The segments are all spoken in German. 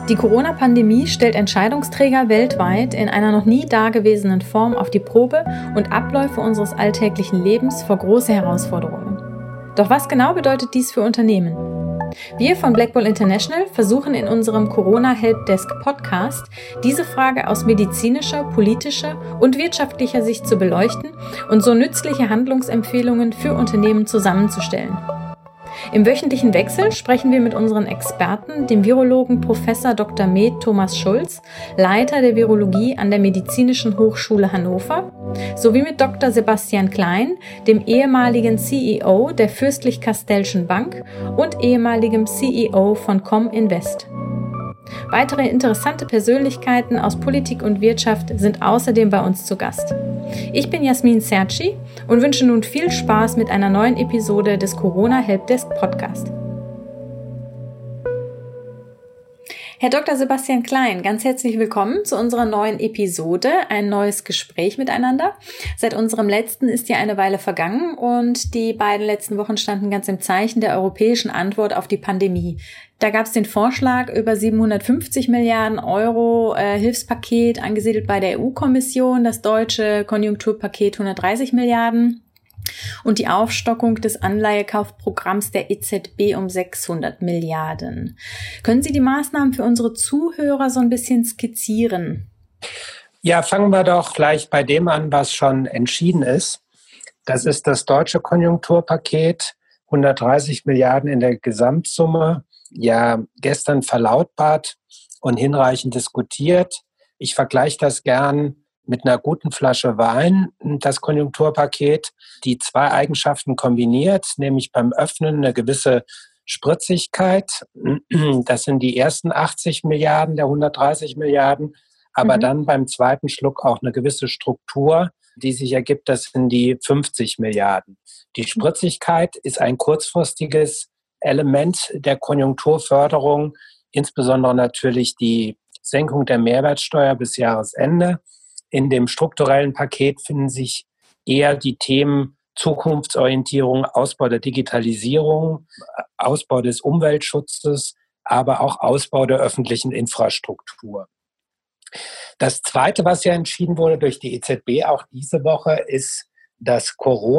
Die Corona-Pandemie stellt Entscheidungsträger weltweit in einer noch nie dagewesenen Form auf die Probe und Abläufe unseres alltäglichen Lebens vor große Herausforderungen. Doch was genau bedeutet dies für Unternehmen? Wir von Blackball International versuchen in unserem Corona Helpdesk Podcast, diese Frage aus medizinischer, politischer und wirtschaftlicher Sicht zu beleuchten und so nützliche Handlungsempfehlungen für Unternehmen zusammenzustellen. Im wöchentlichen Wechsel sprechen wir mit unseren Experten, dem Virologen Prof. Dr. Med Thomas Schulz, Leiter der Virologie an der Medizinischen Hochschule Hannover, sowie mit Dr. Sebastian Klein, dem ehemaligen CEO der Fürstlich-Kastellschen Bank und ehemaligem CEO von Cominvest. Weitere interessante Persönlichkeiten aus Politik und Wirtschaft sind außerdem bei uns zu Gast. Ich bin Jasmin Serci und wünsche nun viel Spaß mit einer neuen Episode des Corona Helpdesk Podcast. Herr Dr. Sebastian Klein, ganz herzlich willkommen zu unserer neuen Episode, ein neues Gespräch miteinander. Seit unserem letzten ist ja eine Weile vergangen und die beiden letzten Wochen standen ganz im Zeichen der europäischen Antwort auf die Pandemie. Da gab es den Vorschlag über 750 Milliarden Euro Hilfspaket angesiedelt bei der EU-Kommission, das deutsche Konjunkturpaket 130 Milliarden. Und die Aufstockung des Anleihekaufprogramms der EZB um 600 Milliarden. Können Sie die Maßnahmen für unsere Zuhörer so ein bisschen skizzieren? Ja, fangen wir doch gleich bei dem an, was schon entschieden ist. Das ist das deutsche Konjunkturpaket, 130 Milliarden in der Gesamtsumme, ja gestern verlautbart und hinreichend diskutiert. Ich vergleiche das gern mit einer guten Flasche Wein, das Konjunkturpaket, die zwei Eigenschaften kombiniert, nämlich beim Öffnen eine gewisse Spritzigkeit. Das sind die ersten 80 Milliarden der 130 Milliarden, aber dann beim zweiten Schluck auch eine gewisse Struktur, die sich ergibt, das sind die 50 Milliarden. Die Spritzigkeit ist ein kurzfristiges Element der Konjunkturförderung, insbesondere natürlich die Senkung der Mehrwertsteuer bis Jahresende. In dem strukturellen Paket finden sich eher die Themen Zukunftsorientierung, Ausbau der Digitalisierung, Ausbau des Umweltschutzes, aber auch Ausbau der öffentlichen Infrastruktur. Das Zweite, was ja entschieden wurde durch die EZB auch diese Woche, ist das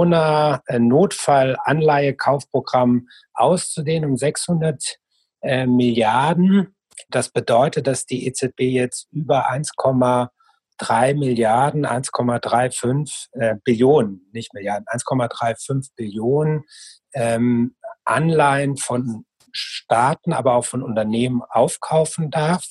Corona-Notfall-Anleihekaufprogramm auszudehnen um 600 Milliarden. Das bedeutet, dass die EZB jetzt über 1,3 Milliarden, 1,35 Billionen, nicht Milliarden, 1,35 Billionen Anleihen von Staaten, aber auch von Unternehmen aufkaufen darf.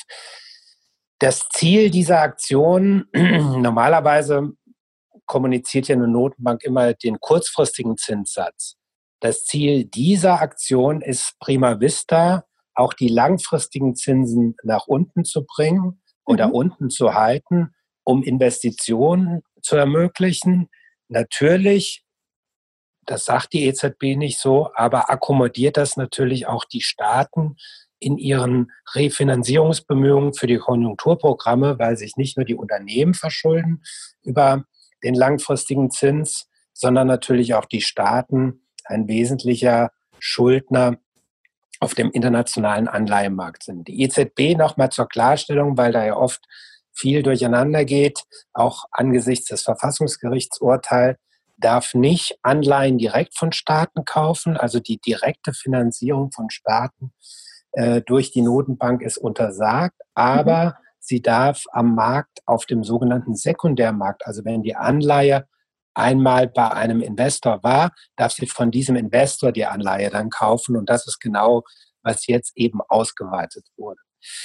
Das Ziel dieser Aktion, normalerweise kommuniziert ja eine Notenbank immer den kurzfristigen Zinssatz. Das Ziel dieser Aktion ist prima vista, auch die langfristigen Zinsen nach unten zu bringen oder unten zu halten, um Investitionen zu ermöglichen. Natürlich, das sagt die EZB nicht so, aber akkommodiert das natürlich auch die Staaten in ihren Refinanzierungsbemühungen für die Konjunkturprogramme, weil sich nicht nur die Unternehmen verschulden über den langfristigen Zins, sondern natürlich auch die Staaten, ein wesentlicher Schuldner auf dem internationalen Anleihenmarkt sind. Die EZB, nochmal zur Klarstellung, weil da ja oft viel durcheinander geht, auch angesichts des Verfassungsgerichtsurteils, darf nicht Anleihen direkt von Staaten kaufen, also die direkte Finanzierung von Staaten durch die Notenbank ist untersagt, aber sie darf am Markt, auf dem sogenannten Sekundärmarkt, also wenn die Anleihe einmal bei einem Investor war, darf sie von diesem Investor die Anleihe dann kaufen und das ist genau, was jetzt eben ausgeweitet wurde.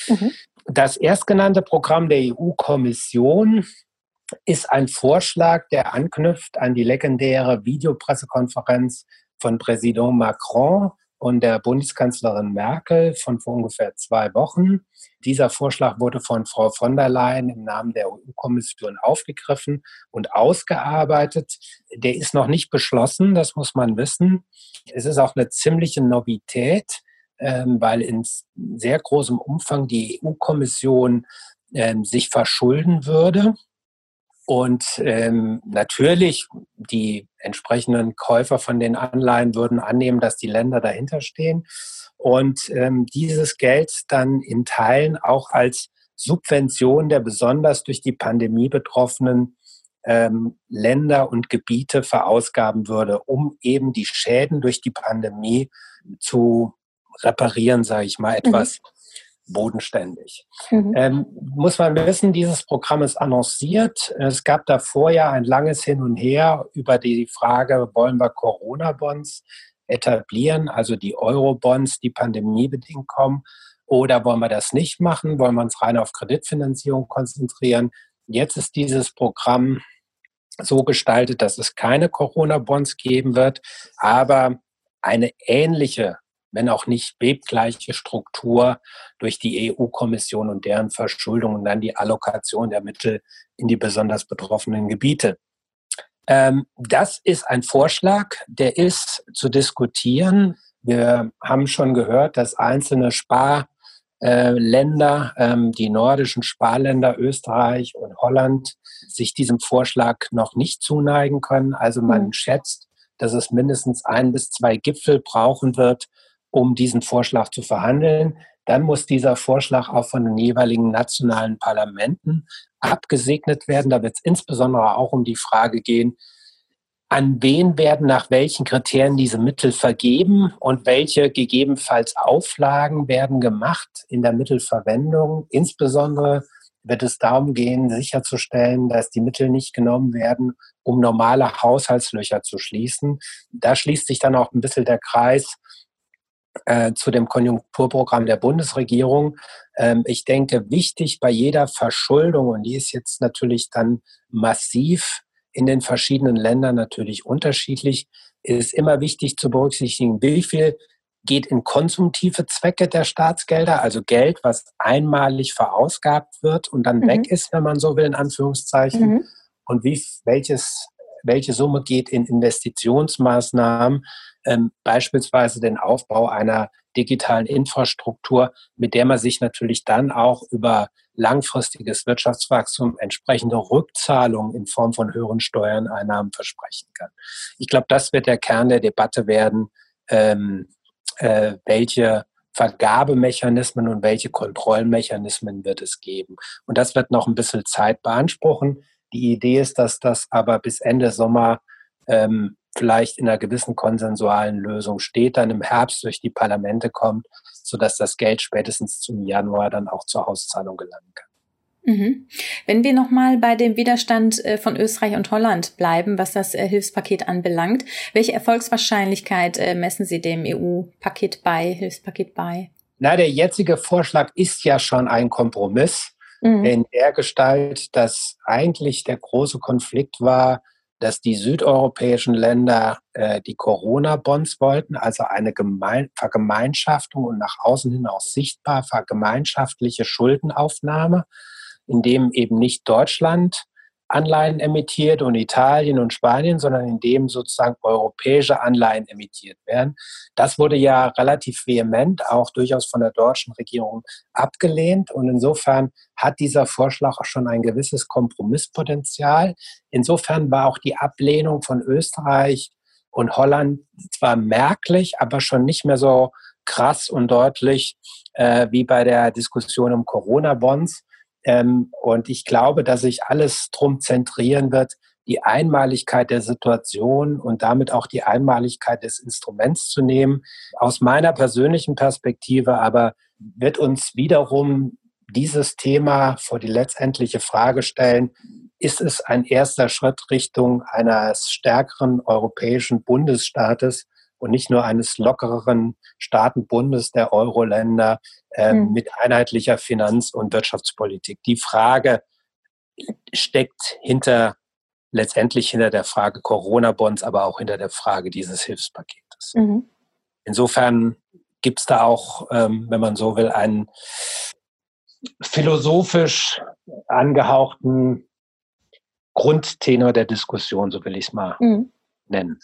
Das erstgenannte Programm der EU-Kommission ist ein Vorschlag, der anknüpft an die legendäre Videopressekonferenz von Präsident Macron und der Bundeskanzlerin Merkel von vor ungefähr 2 Wochen. Dieser Vorschlag wurde von Frau von der Leyen im Namen der EU-Kommission aufgegriffen und ausgearbeitet. Der ist noch nicht beschlossen, das muss man wissen. Es ist auch eine ziemliche Novität, weil in sehr großem Umfang die EU-Kommission sich verschulden würde. Und natürlich die entsprechenden Käufer von den Anleihen würden annehmen, dass die Länder dahinter stehen. und dieses Geld dann in Teilen auch als Subvention der besonders durch die Pandemie betroffenen Länder und Gebiete verausgaben würde, um eben die Schäden durch die Pandemie zu reparieren, sage ich mal, etwas bodenständig. Muss man wissen, dieses Programm ist annonciert. Es gab davor ja ein langes Hin und Her über die Frage, wollen wir Corona-Bonds etablieren, also die Euro-Bonds, die pandemiebedingt kommen, oder wollen wir das nicht machen? Wollen wir uns rein auf Kreditfinanzierung konzentrieren? Jetzt ist dieses Programm so gestaltet, dass es keine Corona-Bonds geben wird, aber eine ähnliche, wenn auch nicht webgleiche Struktur durch die EU-Kommission und deren Verschuldung und dann die Allokation der Mittel in die besonders betroffenen Gebiete. Das ist ein Vorschlag, der ist zu diskutieren. Wir haben schon gehört, dass einzelne Länder, die nordischen Sparländer, Österreich und Holland, sich diesem Vorschlag noch nicht zuneigen können. Also man schätzt, dass es mindestens 1 bis 2 Gipfel brauchen wird, um diesen Vorschlag zu verhandeln. Dann muss dieser Vorschlag auch von den jeweiligen nationalen Parlamenten abgesegnet werden. Da wird es insbesondere auch um die Frage gehen, an wen werden nach welchen Kriterien diese Mittel vergeben und welche gegebenenfalls Auflagen werden gemacht in der Mittelverwendung. Insbesondere wird es darum gehen, sicherzustellen, dass die Mittel nicht genommen werden, um normale Haushaltslöcher zu schließen. Da schließt sich dann auch ein bisschen der Kreis zu dem Konjunkturprogramm der Bundesregierung. Ich denke, wichtig bei jeder Verschuldung, und die ist jetzt natürlich dann massiv in den verschiedenen Ländern natürlich unterschiedlich, ist immer wichtig zu berücksichtigen, wie viel geht in konsumtive Zwecke der Staatsgelder, also Geld, was einmalig verausgabt wird und dann weg ist, wenn man so will, in Anführungszeichen, und welche Summe geht in Investitionsmaßnahmen, beispielsweise den Aufbau einer digitalen Infrastruktur, mit der man sich natürlich dann auch über langfristiges Wirtschaftswachstum entsprechende Rückzahlungen in Form von höheren Steuereinnahmen versprechen kann. Ich glaube, das wird der Kern der Debatte werden, welche Vergabemechanismen und welche Kontrollmechanismen wird es geben. Und das wird noch ein bisschen Zeit beanspruchen. Die Idee ist, dass das aber bis Ende Sommer vielleicht in einer gewissen konsensualen Lösung steht, dann im Herbst durch die Parlamente kommt, sodass das Geld spätestens zum Januar dann auch zur Auszahlung gelangen kann. Wenn wir nochmal bei dem Widerstand von Österreich und Holland bleiben, was das Hilfspaket anbelangt, welche Erfolgswahrscheinlichkeit messen Sie dem Hilfspaket bei? Na, der jetzige Vorschlag ist ja schon ein Kompromiss in der Gestalt, dass eigentlich der große Konflikt war, dass die südeuropäischen Länder die Corona-Bonds wollten, also eine Vergemeinschaftung und nach außen hin auch sichtbar vergemeinschaftliche Schuldenaufnahme, in dem eben nicht Deutschland Anleihen emittiert und Italien und Spanien, sondern in dem sozusagen europäische Anleihen emittiert werden. Das wurde ja relativ vehement, auch durchaus von der deutschen Regierung abgelehnt. Und insofern hat dieser Vorschlag auch schon ein gewisses Kompromisspotenzial. Insofern war auch die Ablehnung von Österreich und Holland zwar merklich, aber schon nicht mehr so krass und deutlich wie bei der Diskussion um Corona-Bonds. Und ich glaube, dass sich alles drum zentrieren wird, die Einmaligkeit der Situation und damit auch die Einmaligkeit des Instruments zu nehmen. Aus meiner persönlichen Perspektive aber wird uns wiederum dieses Thema vor die letztendliche Frage stellen, ist es ein erster Schritt Richtung eines stärkeren europäischen Bundesstaates und nicht nur eines lockereren Staatenbundes der Euro-Länder mit einheitlicher Finanz- und Wirtschaftspolitik. Die Frage steckt letztendlich hinter der Frage Corona-Bonds, aber auch hinter der Frage dieses Hilfspaketes. Insofern gibt es da auch, wenn man so will, einen philosophisch angehauchten Grundtenor der Diskussion, so will ich es mal nennen.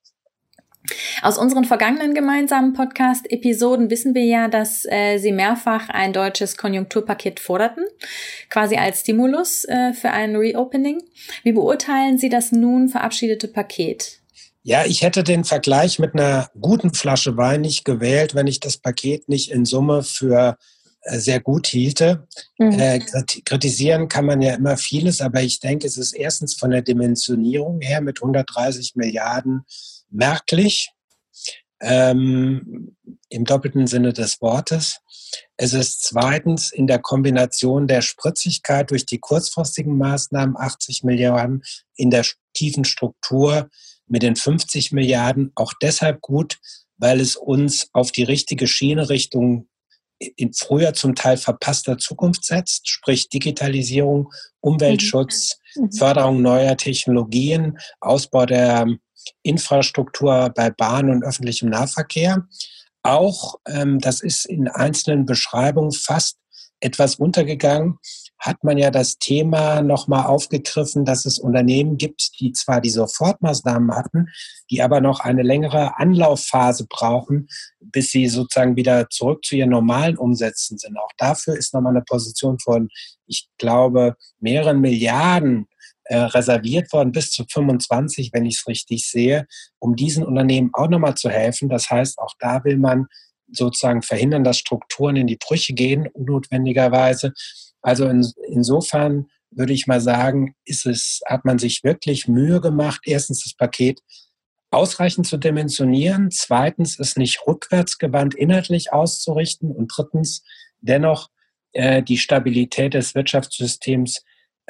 Aus unseren vergangenen gemeinsamen Podcast-Episoden wissen wir ja, dass Sie mehrfach ein deutsches Konjunkturpaket forderten, quasi als Stimulus für ein Reopening. Wie beurteilen Sie das nun verabschiedete Paket? Ja, ich hätte den Vergleich mit einer guten Flasche Wein nicht gewählt, wenn ich das Paket nicht in Summe für sehr gut hielte. Mhm. Kritisieren kann man ja immer vieles, aber ich denke, es ist erstens von der Dimensionierung her mit 130 Milliarden merklich, im doppelten Sinne des Wortes. Es ist zweitens in der Kombination der Spritzigkeit durch die kurzfristigen Maßnahmen 80 Milliarden, in der tiefen Struktur mit den 50 Milliarden auch deshalb gut, weil es uns auf die richtige Schiene Richtung in früher zum Teil verpasster Zukunft setzt, sprich Digitalisierung, Mhm. Umweltschutz, Mhm. Förderung neuer Technologien, Ausbau der Infrastruktur bei Bahn und öffentlichem Nahverkehr. Auch, das ist in einzelnen Beschreibungen fast etwas untergegangen, hat man ja das Thema nochmal aufgegriffen, dass es Unternehmen gibt, die zwar die Sofortmaßnahmen hatten, die aber noch eine längere Anlaufphase brauchen, bis sie sozusagen wieder zurück zu ihren normalen Umsätzen sind. Auch dafür ist nochmal eine Position von, ich glaube, mehreren Milliarden reserviert worden, bis zu 25, wenn ich es richtig sehe, um diesen Unternehmen auch nochmal zu helfen. Das heißt, auch da will man sozusagen verhindern, dass Strukturen in die Brüche gehen, unnotwendigerweise. Also insofern würde ich mal sagen, hat man sich wirklich Mühe gemacht, erstens das Paket ausreichend zu dimensionieren, zweitens es nicht rückwärtsgewandt inhaltlich auszurichten und drittens dennoch die Stabilität des Wirtschaftssystems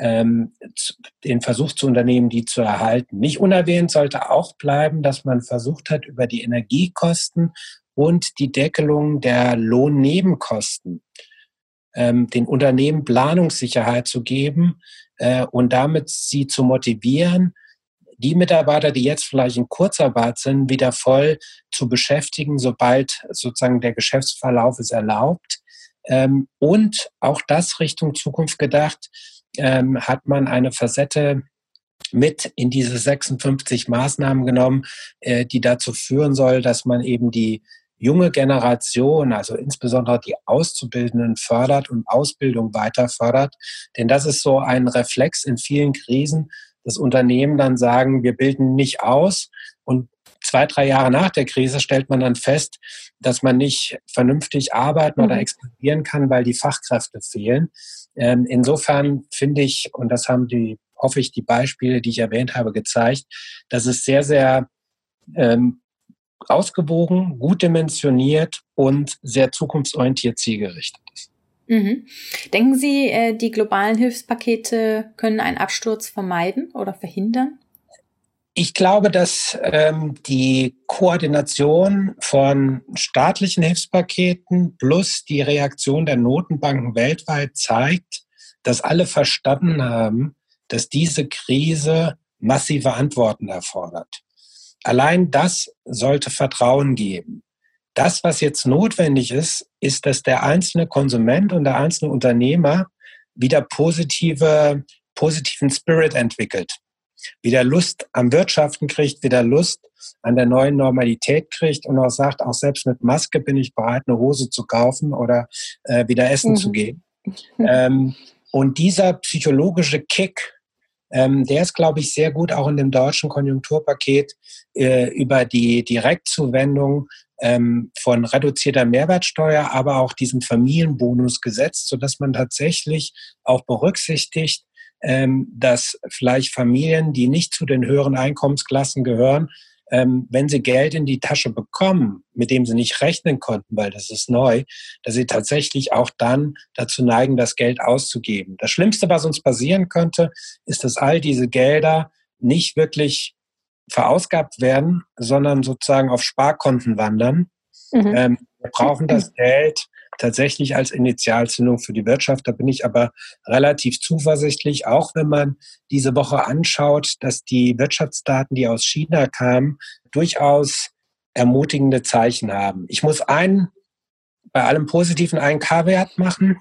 den Versuch zu unternehmen, die zu erhalten. Nicht unerwähnt sollte auch bleiben, dass man versucht hat, über die Energiekosten und die Deckelung der Lohnnebenkosten den Unternehmen Planungssicherheit zu geben und damit sie zu motivieren, die Mitarbeiter, die jetzt vielleicht in Kurzarbeit sind, wieder voll zu beschäftigen, sobald sozusagen der Geschäftsverlauf es erlaubt. Und auch das Richtung Zukunft gedacht, hat man eine Facette mit in diese 56 Maßnahmen genommen, die dazu führen soll, dass man eben die junge Generation, also insbesondere die Auszubildenden fördert und Ausbildung weiter fördert. Denn das ist so ein Reflex in vielen Krisen, dass Unternehmen dann sagen, wir bilden nicht aus und 2, 3 Jahre nach der Krise stellt man dann fest, dass man nicht vernünftig arbeiten oder expandieren kann, weil die Fachkräfte fehlen. Insofern finde ich, und das haben hoffe ich, die Beispiele, die ich erwähnt habe, gezeigt, dass es sehr, sehr ausgewogen, gut dimensioniert und sehr zukunftsorientiert zielgerichtet ist. Mhm. Denken Sie, die globalen Hilfspakete können einen Absturz vermeiden oder verhindern? Ich glaube, dass die Koordination von staatlichen Hilfspaketen plus die Reaktion der Notenbanken weltweit zeigt, dass alle verstanden haben, dass diese Krise massive Antworten erfordert. Allein das sollte Vertrauen geben. Das, was jetzt notwendig ist, ist, dass der einzelne Konsument und der einzelne Unternehmer wieder positiven Spirit entwickelt, wieder Lust am Wirtschaften kriegt, wieder Lust an der neuen Normalität kriegt und auch sagt, auch selbst mit Maske bin ich bereit, eine Hose zu kaufen oder wieder essen zu gehen. Und dieser psychologische Kick, der ist, glaube ich, sehr gut auch in dem deutschen Konjunkturpaket über die Direktzuwendung von reduzierter Mehrwertsteuer, aber auch diesem Familienbonus gesetzt, sodass man tatsächlich auch berücksichtigt, dass vielleicht Familien, die nicht zu den höheren Einkommensklassen gehören, wenn sie Geld in die Tasche bekommen, mit dem sie nicht rechnen konnten, weil das ist neu, dass sie tatsächlich auch dann dazu neigen, das Geld auszugeben. Das Schlimmste, was uns passieren könnte, ist, dass all diese Gelder nicht wirklich verausgabt werden, sondern sozusagen auf Sparkonten wandern. Wir brauchen das Geld tatsächlich als Initialzündung für die Wirtschaft. Da bin ich aber relativ zuversichtlich, auch wenn man diese Woche anschaut, dass die Wirtschaftsdaten, die aus China kamen, durchaus ermutigende Zeichen haben. Ich muss bei allem Positiven einen K-Wert machen.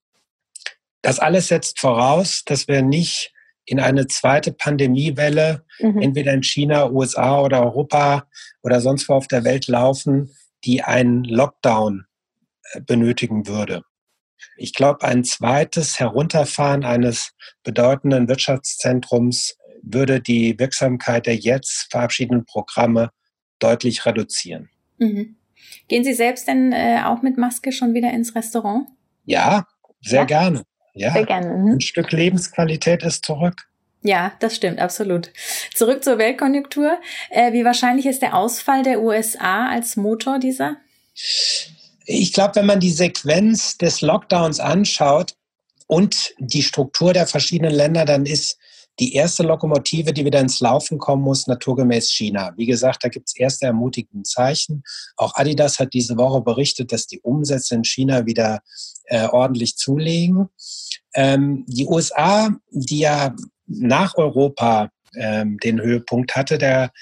Das alles setzt voraus, dass wir nicht in eine zweite Pandemiewelle, entweder in China, USA oder Europa oder sonst wo auf der Welt laufen, die einen Lockdown benötigen würde. Ich glaube, ein zweites Herunterfahren eines bedeutenden Wirtschaftszentrums würde die Wirksamkeit der jetzt verabschiedeten Programme deutlich reduzieren. Mhm. Gehen Sie selbst denn auch mit Maske schon wieder ins Restaurant? Ja, sehr gerne. Ja, sehr gerne. Ein Stück Lebensqualität ist zurück. Ja, das stimmt, absolut. Zurück zur Weltkonjunktur. Wie wahrscheinlich ist der Ausfall der USA als Motor dieser? Ich glaube, wenn man die Sequenz des Lockdowns anschaut und die Struktur der verschiedenen Länder, dann ist die erste Lokomotive, die wieder ins Laufen kommen muss, naturgemäß China. Wie gesagt, da gibt es erste ermutigende Zeichen. Auch Adidas hat diese Woche berichtet, dass die Umsätze in China wieder ordentlich zulegen. Die USA, die ja nach Europa den Höhepunkt hatte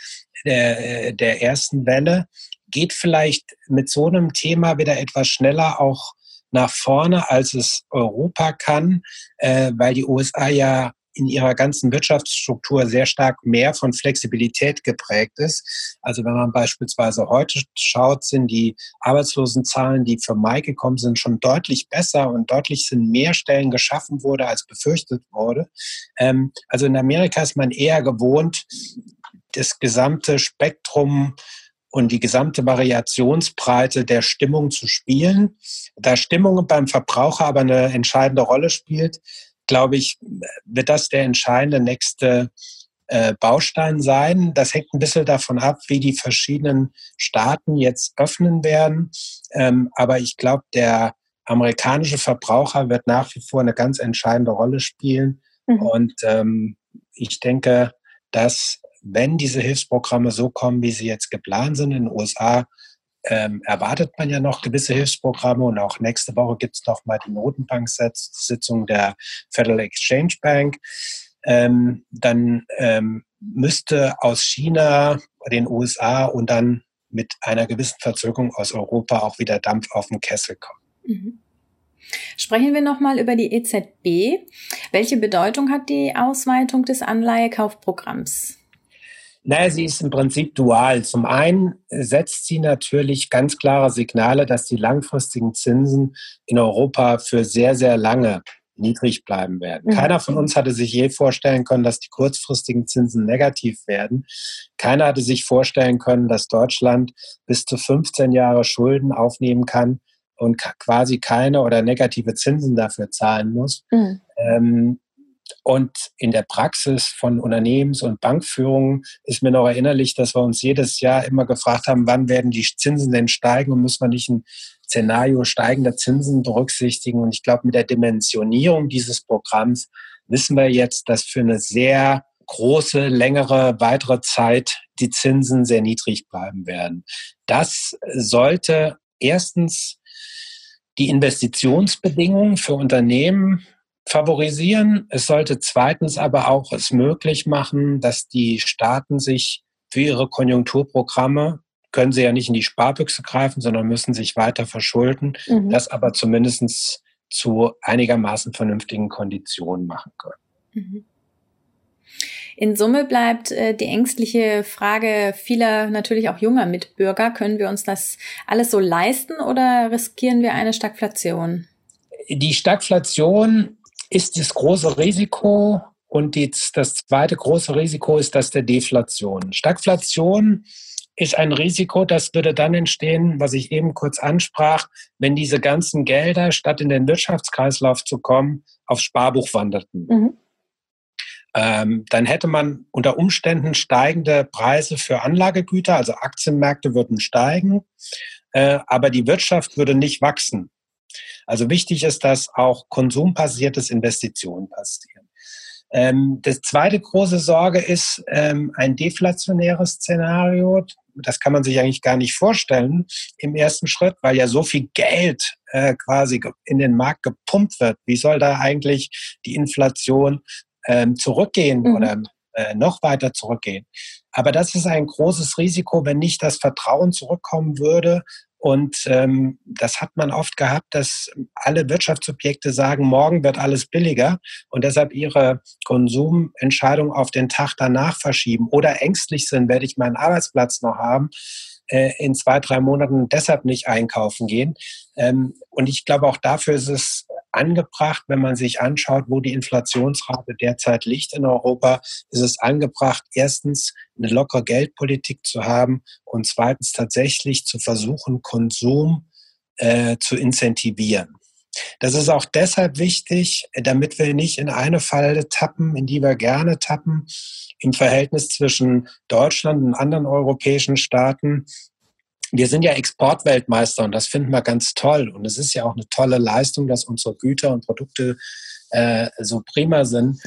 der ersten Welle, geht vielleicht mit so einem Thema wieder etwas schneller auch nach vorne, als es Europa kann, weil die USA ja in ihrer ganzen Wirtschaftsstruktur sehr stark mehr von Flexibilität geprägt ist. Also wenn man beispielsweise heute schaut, sind die Arbeitslosenzahlen, die für Mai gekommen sind, schon deutlich besser und deutlich sind mehr Stellen geschaffen wurde, als befürchtet wurde. Also in Amerika ist man eher gewohnt, das gesamte Spektrum und die gesamte Variationsbreite der Stimmung zu spielen. Da Stimmung beim Verbraucher aber eine entscheidende Rolle spielt, glaube ich, wird das der entscheidende nächste Baustein sein. Das hängt ein bisschen davon ab, wie die verschiedenen Staaten jetzt öffnen werden. Aber ich glaube, der amerikanische Verbraucher wird nach wie vor eine ganz entscheidende Rolle spielen. Mhm. Und ich denke, dass wenn diese Hilfsprogramme so kommen, wie sie jetzt geplant sind in den USA, erwartet man ja noch gewisse Hilfsprogramme und auch nächste Woche gibt es noch mal die Notenbank-Sitzung der Federal Exchange Bank. Dann müsste aus China, den USA und dann mit einer gewissen Verzögerung aus Europa auch wieder Dampf auf den Kessel kommen. Mhm. Sprechen wir nochmal über die EZB. Welche Bedeutung hat die Ausweitung des Anleihekaufprogramms? Naja, sie ist im Prinzip dual. Zum einen setzt sie natürlich ganz klare Signale, dass die langfristigen Zinsen in Europa für sehr, sehr lange niedrig bleiben werden. Keiner von uns hatte sich je vorstellen können, dass die kurzfristigen Zinsen negativ werden. Keiner hatte sich vorstellen können, dass Deutschland bis zu 15 Jahre Schulden aufnehmen kann und quasi keine oder negative Zinsen dafür zahlen muss. Und in der Praxis von Unternehmens- und Bankführung ist mir noch erinnerlich, dass wir uns jedes Jahr immer gefragt haben, wann werden die Zinsen denn steigen und müssen wir nicht ein Szenario steigender Zinsen berücksichtigen. Und ich glaube, mit der Dimensionierung dieses Programms wissen wir jetzt, dass für eine sehr große, längere, weitere Zeit die Zinsen sehr niedrig bleiben werden. Das sollte erstens die Investitionsbedingungen für Unternehmen favorisieren. Es sollte zweitens aber auch es möglich machen, dass die Staaten sich für ihre Konjunkturprogramme, können sie ja nicht in die Sparbüchse greifen, sondern müssen sich weiter verschulden, das aber zumindest zu einigermaßen vernünftigen Konditionen machen können. In Summe bleibt die ängstliche Frage vieler, natürlich auch junger Mitbürger, können wir uns das alles so leisten oder riskieren wir eine Stagflation? Die Stagflation ist das große Risiko und das zweite große Risiko ist das der Deflation. Stagflation ist ein Risiko, das würde dann entstehen, was ich eben kurz ansprach, wenn diese ganzen Gelder, statt in den Wirtschaftskreislauf zu kommen, aufs Sparbuch wanderten. Dann hätte man unter Umständen steigende Preise für Anlagegüter, also Aktienmärkte würden steigen, aber die Wirtschaft würde nicht wachsen. Also wichtig ist, dass auch konsumbasiertes Investitionen passieren. Das zweite große Sorge ist ein deflationäres Szenario. Das kann man sich eigentlich gar nicht vorstellen im ersten Schritt, weil ja so viel Geld quasi in den Markt gepumpt wird. Wie soll da eigentlich die Inflation zurückgehen oder noch weiter zurückgehen? Aber das ist ein großes Risiko, wenn nicht das Vertrauen zurückkommen würde. Und das hat man oft gehabt, dass alle Wirtschaftsobjekte sagen, morgen wird alles billiger und deshalb ihre Konsumentscheidung auf den Tag danach verschieben oder ängstlich sind, werde ich meinen Arbeitsplatz noch haben, in 2-3 Monaten deshalb nicht einkaufen gehen. Und ich glaube, auch dafür ist es angebracht, wenn man sich anschaut, wo die Inflationsrate derzeit liegt in Europa, ist es angebracht, erstens eine lockere Geldpolitik zu haben und zweitens tatsächlich zu versuchen, Konsum zu incentivieren. Das ist auch deshalb wichtig, damit wir nicht in eine Falle tappen, in die wir gerne tappen, im Verhältnis zwischen Deutschland und anderen europäischen Staaten. Wir sind ja Exportweltmeister und das finden wir ganz toll. Und es ist ja auch eine tolle Leistung, dass unsere Güter und Produkte so prima sind.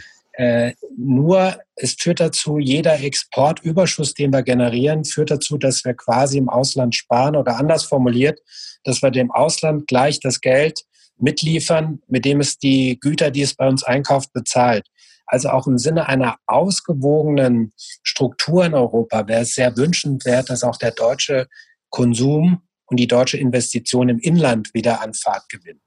Nur es führt dazu, jeder Exportüberschuss, den wir generieren, führt dazu, dass wir quasi im Ausland sparen oder anders formuliert, dass wir dem Ausland gleich das Geld mitliefern, mit dem es die Güter, die es bei uns einkauft, bezahlt. Also auch im Sinne einer ausgewogenen Struktur in Europa wäre es sehr wünschenswert, dass auch der deutsche Konsum und die deutsche Investition im Inland wieder an Fahrt gewinnen.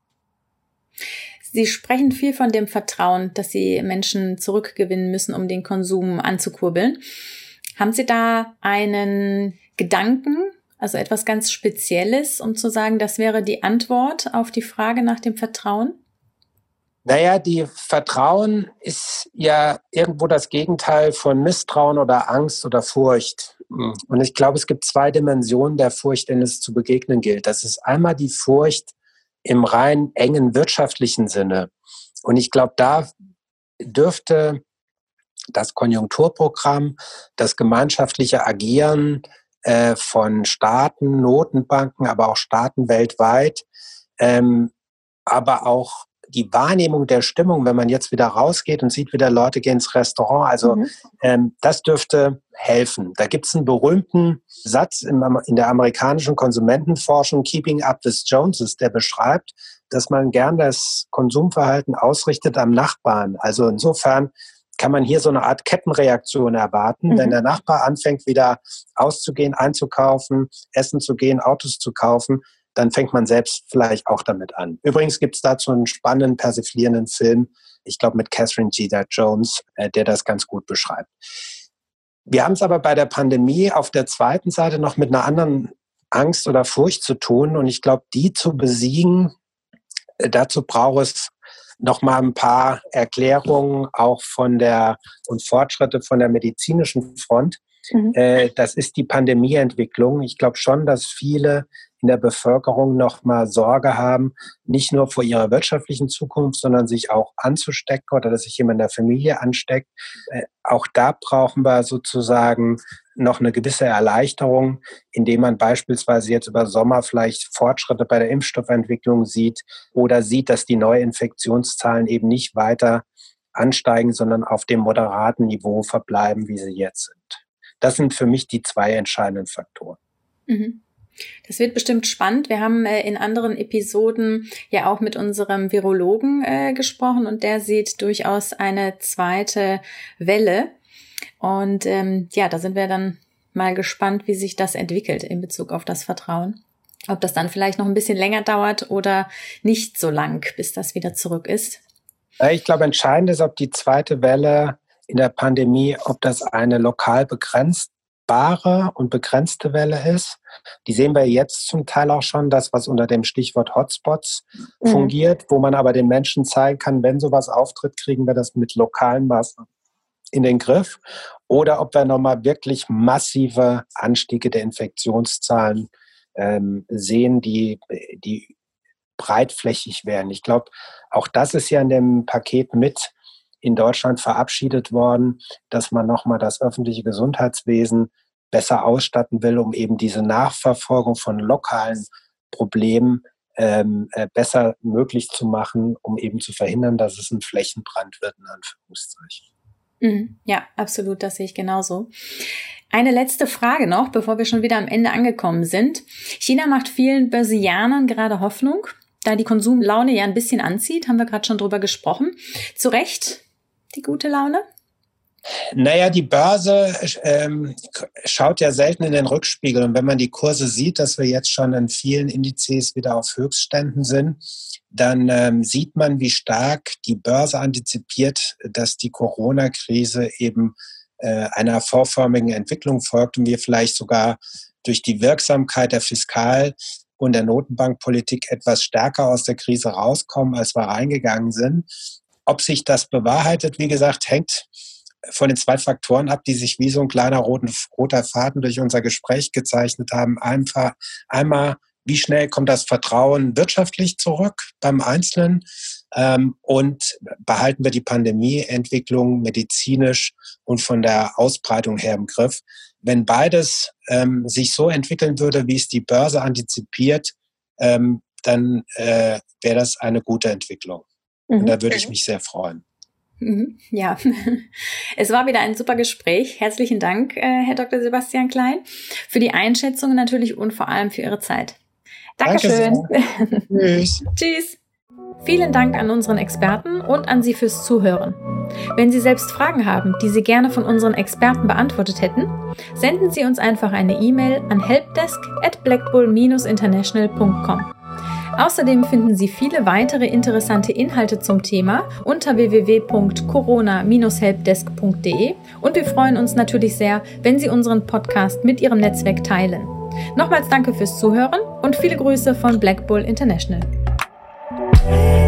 Sie sprechen viel von dem Vertrauen, dass Sie Menschen zurückgewinnen müssen, um den Konsum anzukurbeln. Haben Sie da einen Gedanken, also etwas ganz Spezielles, um zu sagen, das wäre die Antwort auf die Frage nach dem Vertrauen? Naja, die Vertrauen ist ja irgendwo das Gegenteil von Misstrauen oder Angst oder Furcht. Und ich glaube, es gibt zwei Dimensionen der Furcht, denen es zu begegnen gilt. Das ist einmal die Furcht im rein engen wirtschaftlichen Sinne. Und ich glaube, da dürfte das Konjunkturprogramm, das gemeinschaftliche Agieren von Staaten, Notenbanken, aber auch Staaten weltweit, aber auch die Wahrnehmung der Stimmung, wenn man jetzt wieder rausgeht und sieht, wieder Leute gehen ins Restaurant, also das dürfte helfen. Da gibt es einen berühmten Satz in der amerikanischen Konsumentenforschung, Keeping Up with Joneses, der beschreibt, dass man gern das Konsumverhalten ausrichtet am Nachbarn. Also insofern kann man hier so eine Art Kettenreaktion erwarten. Wenn der Nachbar anfängt, wieder auszugehen, einzukaufen, essen zu gehen, Autos zu kaufen, dann fängt man selbst vielleicht auch damit an. Übrigens gibt es dazu einen spannenden, persiflierenden Film, ich glaube mit Catherine Zeta-Jones, der das ganz gut beschreibt. Wir haben es aber bei der Pandemie auf der zweiten Seite noch mit einer anderen Angst oder Furcht zu tun. Und ich glaube, die zu besiegen, dazu braucht es noch mal ein paar Erklärungen auch und Fortschritte von der medizinischen Front. Das ist die Pandemieentwicklung. Ich glaube schon, dass viele in der Bevölkerung noch mal Sorge haben, nicht nur vor ihrer wirtschaftlichen Zukunft, sondern sich auch anzustecken oder dass sich jemand in der Familie ansteckt. Auch da brauchen wir sozusagen noch eine gewisse Erleichterung, indem man beispielsweise jetzt über Sommer vielleicht Fortschritte bei der Impfstoffentwicklung sieht oder sieht, dass die Neuinfektionszahlen eben nicht weiter ansteigen, sondern auf dem moderaten Niveau verbleiben, wie sie jetzt sind. Das sind für mich die zwei entscheidenden Faktoren. Das wird bestimmt spannend. Wir haben in anderen Episoden ja auch mit unserem Virologen gesprochen und der sieht durchaus eine zweite Welle. Und da sind wir dann mal gespannt, wie sich das entwickelt in Bezug auf das Vertrauen. Ob das dann vielleicht noch ein bisschen länger dauert oder nicht so lang, bis das wieder zurück ist. Ich glaube, entscheidend ist, ob die zweite Welle in der Pandemie, ob das eine lokal begrenzbare und begrenzte Welle ist. Die sehen wir jetzt zum Teil auch schon, das, was unter dem Stichwort Hotspots fungiert, wo man aber den Menschen zeigen kann, wenn sowas auftritt, kriegen wir das mit lokalen Maßnahmen in den Griff. Oder ob wir nochmal wirklich massive Anstiege der Infektionszahlen sehen, die breitflächig werden. Ich glaube, auch das ist ja in dem Paket mit in Deutschland verabschiedet worden, dass man nochmal das öffentliche Gesundheitswesen besser ausstatten will, um eben diese Nachverfolgung von lokalen Problemen besser möglich zu machen, um eben zu verhindern, dass es ein Flächenbrand wird, in Anführungszeichen. Ja, absolut, das sehe ich genauso. Eine letzte Frage noch, bevor wir schon wieder am Ende angekommen sind. China macht vielen Börsianern gerade Hoffnung, da die Konsumlaune ja ein bisschen anzieht, haben wir gerade schon drüber gesprochen. Zu Recht die gute Laune? Naja, die Börse schaut ja selten in den Rückspiegel. Und wenn man die Kurse sieht, dass wir jetzt schon in vielen Indizes wieder auf Höchstständen sind, dann sieht man, wie stark die Börse antizipiert, dass die Corona-Krise eben einer vorförmigen Entwicklung folgt und wir vielleicht sogar durch die Wirksamkeit der Fiskal- und der Notenbankpolitik etwas stärker aus der Krise rauskommen, als wir reingegangen sind. Ob sich das bewahrheitet, wie gesagt, hängt von den 2 Faktoren ab, die sich wie so ein kleiner roter Faden durch unser Gespräch gezeichnet haben. Einmal, wie schnell kommt das Vertrauen wirtschaftlich zurück beim Einzelnen? Und behalten wir die Pandemieentwicklung medizinisch und von der Ausbreitung her im Griff? Wenn beides sich so entwickeln würde, wie es die Börse antizipiert, dann wäre das eine gute Entwicklung. Und da würde ich mich sehr freuen. Ja, es war wieder ein super Gespräch. Herzlichen Dank, Herr Dr. Sebastian Klein, für die Einschätzungen natürlich und vor allem für Ihre Zeit. Dankeschön. Tschüss. Tschüss. Vielen Dank an unseren Experten und an Sie fürs Zuhören. Wenn Sie selbst Fragen haben, die Sie gerne von unseren Experten beantwortet hätten, senden Sie uns einfach eine E-Mail an helpdesk@blackbull-international.com. Außerdem finden Sie viele weitere interessante Inhalte zum Thema unter www.corona-helpdesk.de und wir freuen uns natürlich sehr, wenn Sie unseren Podcast mit Ihrem Netzwerk teilen. Nochmals danke fürs Zuhören und viele Grüße von Black Bull International.